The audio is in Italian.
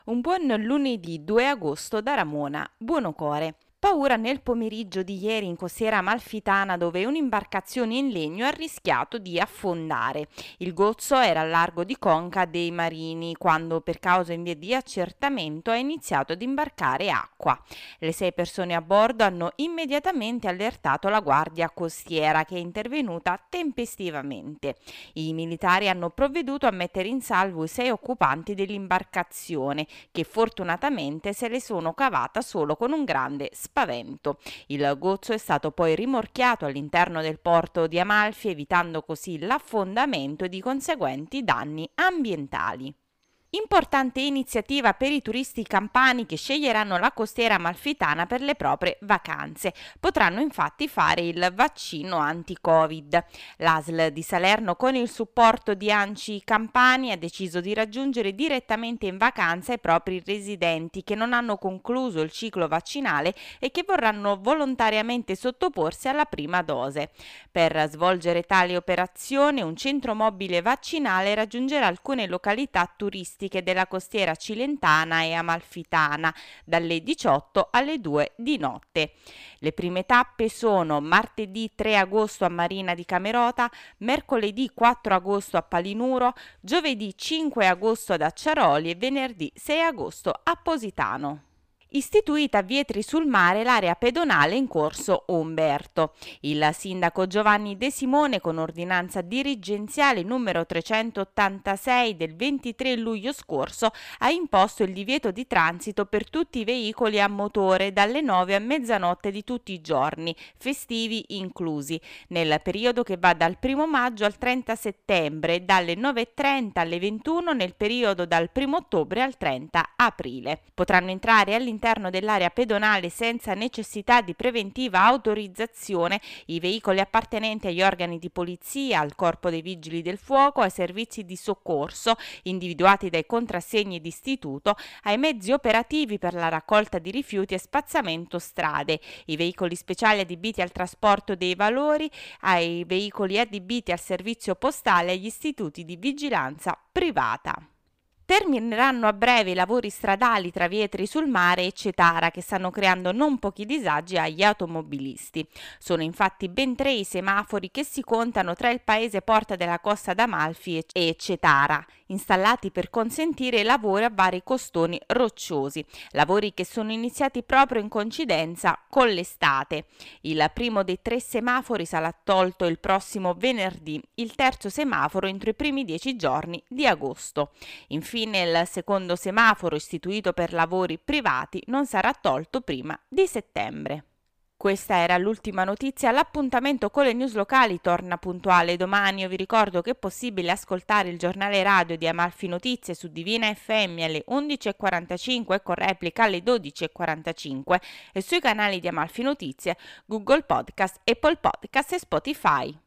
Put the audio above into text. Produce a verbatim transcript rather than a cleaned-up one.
Un buon lunedì due agosto da Ramona Buonocore. Paura nel pomeriggio di ieri in costiera amalfitana dove un'imbarcazione in legno ha rischiato di affondare. Il gozzo era al largo di Conca dei Marini quando per causa in via di accertamento ha iniziato ad imbarcare acqua. Le sei persone a bordo hanno immediatamente allertato la guardia costiera che è intervenuta tempestivamente. I militari hanno provveduto a mettere in salvo i sei occupanti dell'imbarcazione che fortunatamente se le sono cavata solo con un grande spavento. Il gozzo è stato poi rimorchiato all'interno del porto di Amalfi, evitando così l'affondamento e di conseguenti danni ambientali. Importante iniziativa per i turisti campani che sceglieranno la costiera amalfitana per le proprie vacanze. Potranno infatti fare il vaccino anti-Covid. L'A S L di Salerno, con il supporto di ANCI Campani, ha deciso di raggiungere direttamente in vacanza i propri residenti che non hanno concluso il ciclo vaccinale e che vorranno volontariamente sottoporsi alla prima dose. Per svolgere tale operazione, un centro mobile vaccinale raggiungerà alcune località turistiche della costiera cilentana e amalfitana dalle diciotto alle due di notte. Le prime tappe sono martedì tre agosto a Marina di Camerota, mercoledì quattro agosto a Palinuro, giovedì cinque agosto ad Acciaroli e venerdì sei agosto a Positano. Istituita a Vietri sul Mare l'area pedonale in corso Umberto. Il sindaco Giovanni De Simone, con ordinanza dirigenziale numero trecentottantasei del ventitré luglio scorso, ha imposto il divieto di transito per tutti i veicoli a motore dalle nove a mezzanotte di tutti i giorni, festivi inclusi, nel periodo che va dal primo maggio al trenta settembre e dalle nove e trenta alle ventuno nel periodo dal primo ottobre al trenta aprile. Potranno entrare all'interno all'interno dell'area pedonale senza necessità di preventiva autorizzazione i veicoli appartenenti agli organi di polizia, al corpo dei vigili del fuoco, ai servizi di soccorso individuati dai contrassegni d'istituto, ai mezzi operativi per la raccolta di rifiuti e spazzamento strade, i veicoli speciali adibiti al trasporto dei valori, ai veicoli adibiti al servizio postale e agli istituti di vigilanza privata. Termineranno a breve i lavori stradali tra Vietri sul Mare e Cetara che stanno creando non pochi disagi agli automobilisti. Sono infatti ben tre i semafori che si contano tra il paese Porta della Costa d'Amalfi e Cetara, installati per consentire lavori a vari costoni rocciosi, lavori che sono iniziati proprio in coincidenza con l'estate. Il primo dei tre semafori sarà tolto il prossimo venerdì, il terzo semaforo entro i primi dieci giorni di agosto. Infine il secondo semaforo, istituito per lavori privati, non sarà tolto prima di settembre. Questa era l'ultima notizia, l'appuntamento con le news locali torna puntuale domani. Io vi ricordo che è possibile ascoltare il giornale radio di Amalfi Notizie su Divina F M alle undici e quarantacinque e con replica alle dodici e quarantacinque e sui canali di Amalfi Notizie, Google Podcast, Apple Podcast e Spotify.